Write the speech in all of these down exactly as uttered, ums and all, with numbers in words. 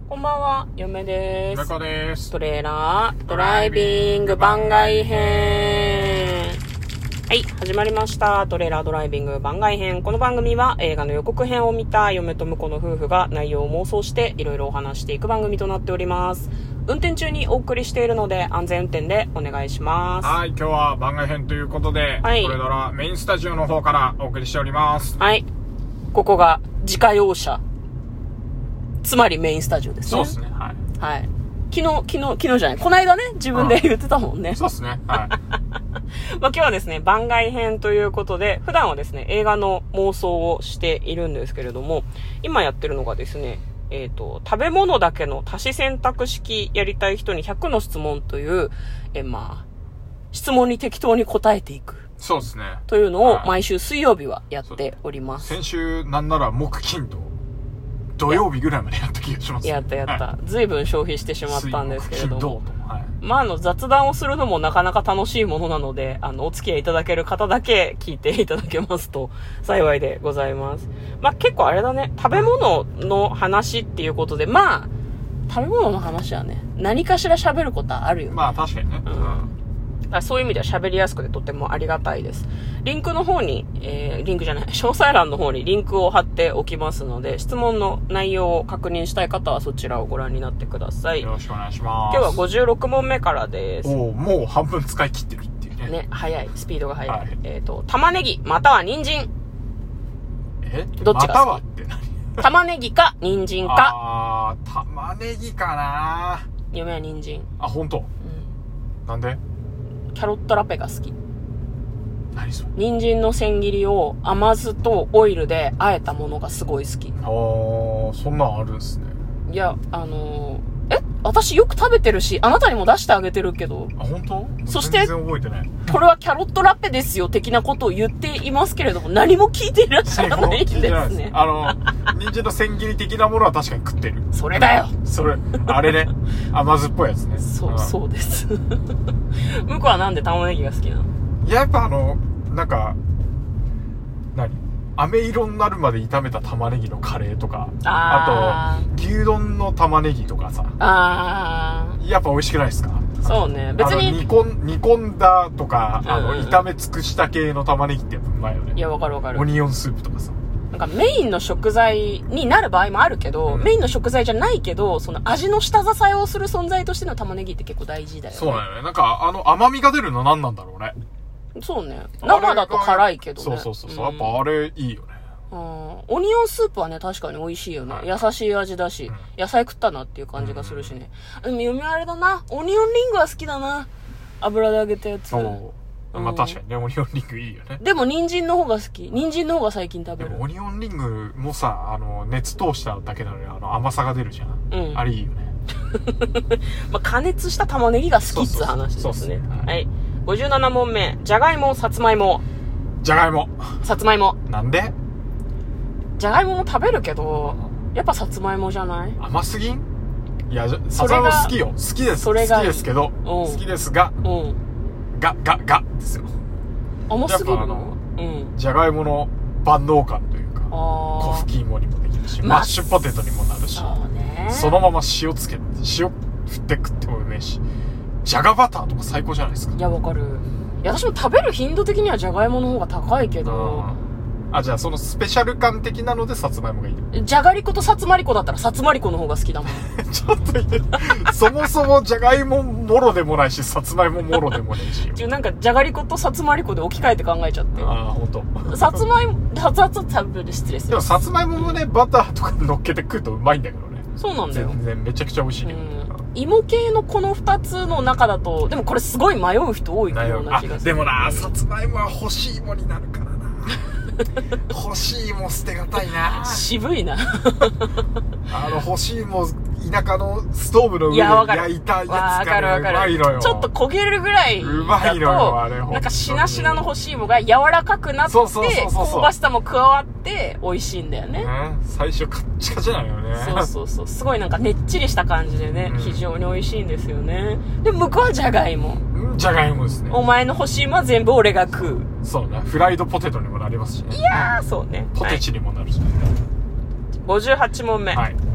こんばんは、嫁です。 中です。 トレーラードライビング番外編。はい、始まりました。トレーラードライビング番外編。この番組は映画の予告編を見た嫁と婿の夫婦が内容を妄想していろいろお話していく番組となっております。運転中にお送りしているので安全運転でお願いします。 はい、今日は番外編ということで、 はい、 トレドラメインスタジオの方からお送りしております。 はい、ここが自家用車、つまりメインスタジオですね。 そうですね。はい。 はい。昨日、昨日、昨日じゃない。この間ね、自分で言ってたもんね。 うん、そうですね。はい。 まあ今日はですね、番外編ということで、普段はですね、映画の妄想をしているんですけれども、今やってるのがですね、えっと、食べ物だけの多子選択式やりたい人にひゃくの質問という、え、まあ、質問に適当に答えていく。 そうですね。 というのを毎週水曜日はやっております。 先週なんなら木金と土曜日ぐらいまでやった気がします、ね。 やったやった。随分消費してしまったんですけれども。 はい、 まあ、あの、雑談をするのもなかなか楽しいものなので、あの、お付き合いいただける方だけ聞いていただけますと幸いでございます。まあ、結構あれだね、食べ物の話っていうことで、まあ、食べ物の話はね、何かしら喋ることはあるよね。 まあ、確かにね。うん。 そういう意味では喋りやすくてとてもありがたいです。リンクの方に、えー、リンクじゃない、詳細欄の方にリンクを貼っておきますので、質問の内容を確認したい方はそちらをご覧になってください。 よろしくお願いします。 今日はごじゅうろく問目からです。 おー、もう半分使い切ってるっていうね。 ね、早い。スピードが速い。 はい、 えっと、玉ねぎ、または人参。 えどっちが好き？ またはって何？ 玉ねぎか、人参か。 あー、玉ねぎかな。 嫁は人参。 あ、ほんと？うん。なんで？ キャロットラペが好き。 何それ？ 人参の千切りを甘酢とオイルで和えたものがすごい好き。 あー、そんなんあるんすね。 いや、あのー、え私よく食べてるし、あなたにも出してあげてるけど。 あ、本当？ そして、 全然覚えてない。 これはキャロットラペですよ、的なことを言っていますけれども、何も聞いていらっしゃらないですね。 あの、人参の千切り的なものは確かに食ってる。 それだよ。 それ、あれね。甘酸っぱいやつね。 そう、うん、そうです。向こうはなんで玉ねぎが好きなの？ いや、やっぱあの、なんか、何？飴色になるまで炒めた玉ねぎのカレーとか、あ, あと牛丼の玉ねぎとかさ、あやっぱ美味しくないですか？ そうね。別に煮込ん煮込んだとか、あの、うんうん、炒め尽くした系の玉ねぎってやっぱうまいよね。 いや、わかるわかる。 オニオンスープとかさ、 なんかメインの食材になる場合もあるけど、うん、メインの食材じゃないけど、その味の下支えをする存在としての玉ねぎって結構大事だよね。 そうだよね。なんかあの甘みが出るの何なんだろうね。 そうね。生だと辛いけどね。 そうそうそうそう、うん、やっぱあれいいよね。 うん、オニオンスープはね、確かに美味しいよね。はい、優しい味だし、うん、野菜食ったなっていう感じがするしね。うん、でも嫁あれだな。オニオンリングは好きだな。油で揚げたやつ。 おうん、まあ確かにね、オニオンリングいいよね。 でも人参の方が好き。人参の方が最近食べる。 でもオニオンリングもさ、あの、熱通しただけなのに、あの、甘さが出るじゃん。うん。あれいいよね。 まあ加熱した玉ねぎが好きっつう話ですね。そうそうそうそう、はい。はい。ごじゅうなな問目。じゃがいも、さつまいも。 じゃがいも。 さつまいも。 なんで？ じゃがいもも食べるけど、やっぱさつまいもじゃない？ 甘すぎん？いや、さつまいも好きよ。好きです。それが好きですけど、好きですが、うん。が、が、が、ですよ。 甘すぎるの？ やっぱあの、うん。じゃがいもの万能感というか、小吹き芋にもできるし、マッシュポテトにもなるし、そうね。そのまま塩つけて、塩振って食ってもうめえし、じゃがバターとか最高じゃないですか。 いや、わかる。いや、私も食べる頻度的にはじゃがいもの方が高いけど、 あ、じゃあそのスペシャル感的なのでさつまいもがいい。 じゃがりことさつまりこだったらさつまりこの方が好きだもん。 ちょっといや、そもそもじゃがいももろでもないし、さつまいももろでもないし。 なんかじゃがりことさつまりこで置き換えて考えちゃって。 ああ、ほんと。さつまいも、熱々食べる失礼する。 でもさつまいももね、バターとか乗っけて食うとうまいんだけどね。 そうなんだよ。 全然めちゃくちゃ美味しいけど。 芋系のこの二つの中だと、でもこれすごい迷う人多いような気がする。 でもな、さつまいもは干し芋になるからな。干し芋捨てがたいな。 渋いな。 あの干し芋、田舎のストーブの上で焼いたやつがね、うまいのよ。 ちょっと焦げるぐらいだと、 うまいのよ、あれ。 なんかしなしなの干し芋が柔らかくなって、香ばしさも加わって美味しいんだよね。 最初カッチカチなのよね。 そうそうそう。すごいなんかねっちりした感じでね、うん、非常に美味しいんですよね。で、向こうはじゃがいも。 じゃがいもですね。 お前の干し芋は全部俺が食う。 そうね。フライドポテトにもなりますしね。 いやー、そうね。 ポテチにもなるしね。 はい、ごじゅうはち問目。はい。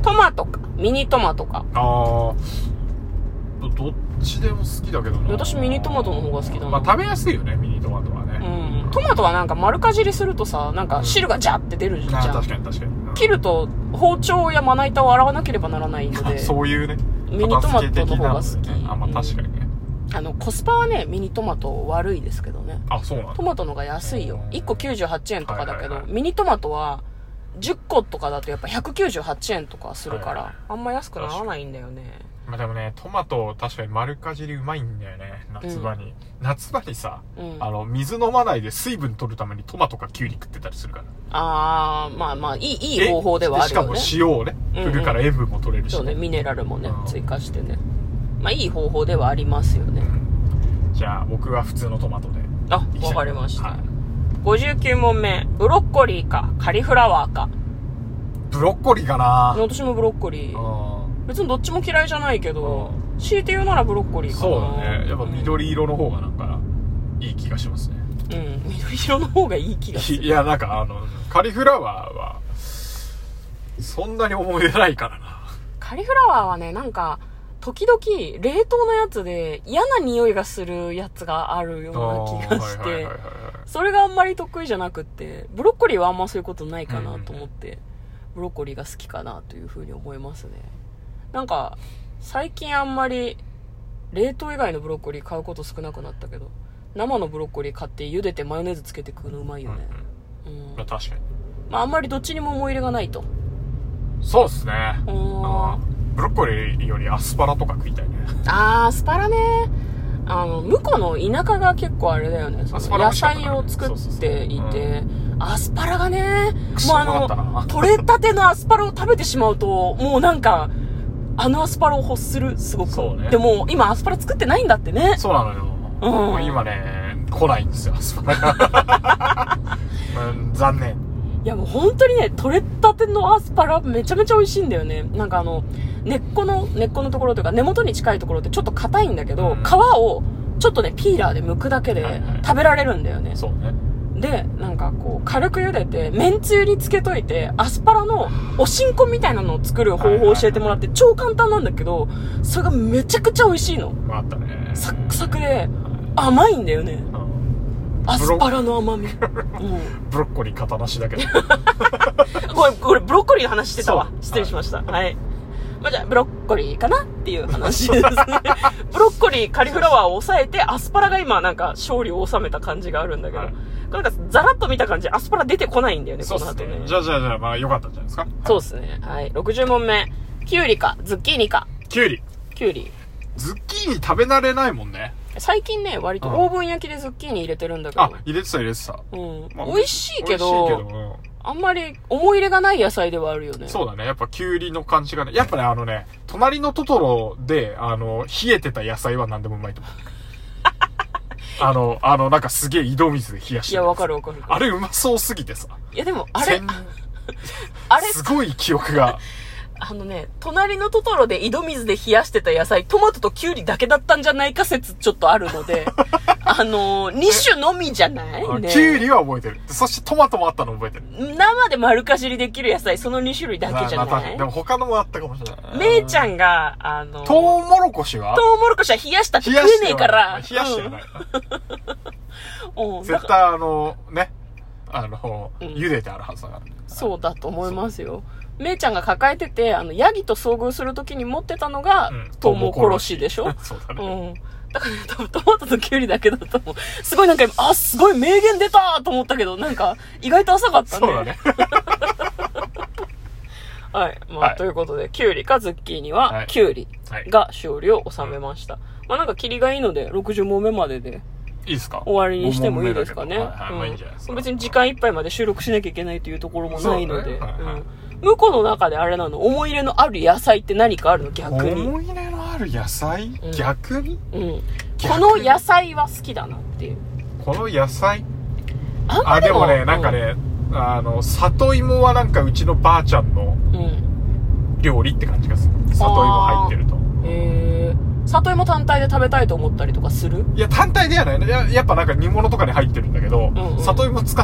トマトか、ミニトマトか。 あー、どっちでも好きだけどな。 私ミニトマトの方が好きだな。 まあ食べやすいよね、ミニトマトはね。 うん。トマトはなんか丸かじりするとさ、なんか汁がジャって出るじゃん。 あ、確かに確かに。 切ると包丁やまな板を洗わなければならないので。 そういうね。 ミニトマトの方が好き。 ね、あ、まあ確かにね。 あの、コスパはね、ミニトマト悪いですけどね。 あ、そうなんだ。 トマトの方が安いよ。いっこきゅうじゅうはちえんとかだけど、 はいはいはい、 ミニトマトはじゅっことかだとやっぱひゃくきゅうじゅうはちえんとかするから、はいはい、あんま安くならないんだよね。 まあでもね、トマト確かに丸かじりうまいんだよね、夏場に。うん、夏場にさ、うん、あの、水飲まないで水分取るためにトマトかキュウリ食ってたりするから。 あー、まあまあ、いい、いい方法ではあるよね。 しかも塩をね、振るから塩分も取れるし、ね、 そうね、ミネラルもね、うん、追加してね。まあいい方法ではありますよね。 うん、じゃあ僕は普通のトマトで。 あ、わかりました。はい、ごじゅうきゅうもんめ、ブロッコリーか、カリフラワーか。 ブロッコリーかな。 私もブロッコリー。別にどっちも嫌いじゃないけど、強いて言うならブロッコリーかな。 そうだね。やっぱ緑色の方がなんか、いい気がしますね。 うん、緑色の方がいい気がする。 いや、なんかあの、カリフラワーは、そんなに思い出ないからな。 カリフラワーはね、なんか、時々、冷凍のやつで嫌な匂いがするやつがあるような気がして、それがあんまり得意じゃなくって、ブロッコリーはあんまそういうことないかなと思って、うん、ブロッコリーが好きかなというふうに思いますね。なんか、最近あんまり、冷凍以外のブロッコリー買うこと少なくなったけど、生のブロッコリー買って茹でてマヨネーズつけて食うのうまいよね。 うんうん、うん、確かに。 まああんまりどっちにも思い入れがないと。 そうっすね。ブロッコリーよりアスパラとか食いたいね。 あー、アスパラね。あの、向こうの田舎が結構あれだよね。その野菜を作っていて、アスパラがね、もうあの、取れたてのアスパラを食べてしまうと、もうなんか、あのアスパラを欲する、すごく。そうね。でも、今アスパラ作ってないんだってね。 そうなのよ。うん。今ね、来ないんですよ、アスパラが。うん、残念。 いやもう本当にね、取れたてのアスパラめちゃめちゃ美味しいんだよね。なんかあの、根っこの、根っこのところというか根元に近いところってちょっと硬いんだけど、うん、皮をちょっとね、ピーラーで剥くだけで食べられるんだよね。はいはい、そうね。で、なんかこう、軽く茹でて、めんつゆにつけといて、アスパラのおしんこみたいなのを作る方法を教えてもらって、超簡単なんだけど、それがめちゃくちゃ美味しいの。 あったね。 サックサクで、甘いんだよね。アスパラの甘み。うん、 ブロッコリー型なしだけど。 これ、これブロッコリーの話してたわ。失礼しました。はい。まあ、じゃあ、ブロッコリーかなっていう話ですね。ブロッコリー、カリフラワーを抑えて、アスパラが今なんか勝利を収めた感じがあるんだけど、はい、なんかザラッと見た感じ、アスパラ出てこないんだよね、この後ね。 じゃあじゃあじゃあ、まあ良かったんじゃないですか。 そうですね。はい。ろくじゅうもんめ。キュウリか、ズッキーニか。 キュウリ。 キュウリ。 ズッキーニ食べ慣れないもんね。 最近ね、割とオーブン焼きでズッキーニ入れてるんだけど。 あ、入れてた入れてた。 うん。まあ、美味しいけど、美味しいけど、うん、あんまり思い入れがない野菜ではあるよね。 そうだね。やっぱキュウリの感じがね。やっぱね、あのね、隣のトトロで、あの、冷えてた野菜は何でもうまいと思う。あの、あの、なんかすげえ井戸水で冷やして。 いや、わかるわかる。 あれうまそうすぎてさ。 いや、でも、あれ、あれすごい記憶が。 あのね、隣のトトロで井戸水で冷やしてた野菜、トマトとキュウリだけだったんじゃないか説ちょっとあるので、あのー、に種のみじゃないね。 キュウリは覚えてる。そしてトマトもあったの覚えてる。 生で丸かじりできる野菜、そのに種類だけじゃない、まあまあ、 でも他のもあったかもしれない。 めいちゃんが、あのー、 トウモロコシはトウモロコシは冷やしたって食えねえから。 冷やしてない。うん、絶対あの、ね、あの、うん、茹でてあるはずだから。 そうだと思いますよ。めいちゃんが抱えてて、あの、ヤギと遭遇するときに持ってたのが、うん、トウモコロシでしょ。 そうだね。 うん。だから、ね、多分トマトとキュウリだけだと思う。すごいなんか、あ、すごい名言出たと思ったけど、なんか、意外と浅かったね。 そうだね。 はい。まあ、はい、ということで、キュウリかズッキーニは、キュウリが勝利を収めました。はい、まあなんか、キリがいいので、ろくじゅうもんめまでで。 いいですか？ 終わりにしてもいいですかね。はい、 はい、まあいいんじゃないですか。 別に時間いっぱいまで収録しなきゃいけないというところもないので。向こうの中であれなの、思い入れのある野菜って何かあるの？逆に。 思い入れのある野菜、うん、逆に、 うん、この野菜は好きだなっていう。 この野菜あ, あ、でもね、なんかね、うん、あの、里芋はなんかうちのばあちゃんの料理って感じがする。里芋入ってると。 へー。里芋単体で食べたいと思ったりとかする？ いや、単体ではないね。や, やっぱなんか煮物とかに入ってるんだけど、うんうん、里芋使って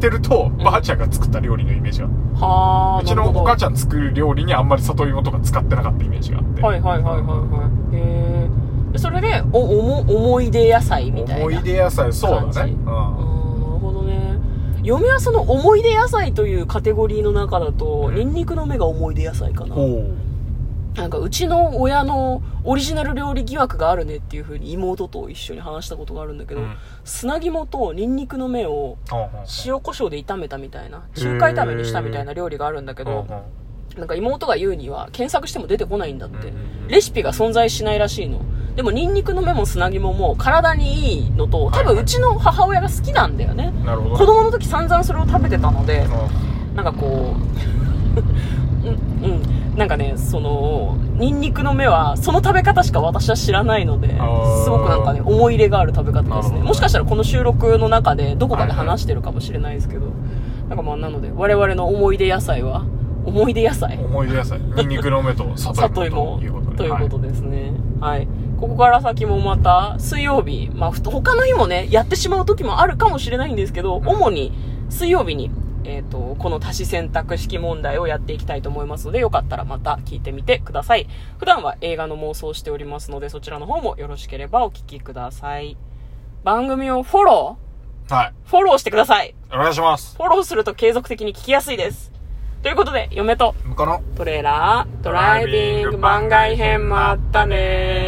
てると、うん、ばあちゃんが作った料理のイメージがある。 はあ。 うちのお母ちゃん作る料理にあんまり里芋とか使ってなかったイメージがあって。 はいはいはいはいはい。へえ。それで、お、おも、思い出野菜みたいな。 思い出野菜、そうだね。うん。 ああ、なるほどね。嫁はその思い出野菜というカテゴリーの中だと、うん、ニンニクの芽が思い出野菜かな。おなんかうちの親のオリジナル料理疑惑があるねっていう風に妹と一緒に話したことがあるんだけど、うん、砂肝とニンニクの芽を塩コショウで炒めたみたいな、中華炒めにしたみたいな料理があるんだけど、なんか妹が言うには検索しても出てこないんだって。レシピが存在しないらしいの。でもニンニクの芽も砂肝も体にいいのと、多分うちの母親が好きなんだよね。 なるほど。 子供の時散々それを食べてたので、なんかこう、うん、うん。なんかね、その、ニンニクの芽は、その食べ方しか私は知らないので、すごくなんかね、思い入れがある食べ方ですね。もしかしたらこの収録の中で、どこかで話してるかもしれないですけど、なんかまあ、なので、我々の思い出野菜は、思い出野菜思い出野菜。ニンニクの芽と里芋ということで。 ということですね。はい。ここから先もまた、水曜日、まあ、他の日もね、やってしまう時もあるかもしれないんですけど、主に水曜日に、えっと、この多子選択式問題をやっていきたいと思いますので、よかったらまた聞いてみてください。普段は映画の妄想をしておりますので、そちらの方もよろしければお聞きください。番組をフォローはい。 フォローしてください。 お願いします。 フォローすると継続的に聞きやすいです。ということで、嫁と向こうのトレーラードライビング番外編もあったねー。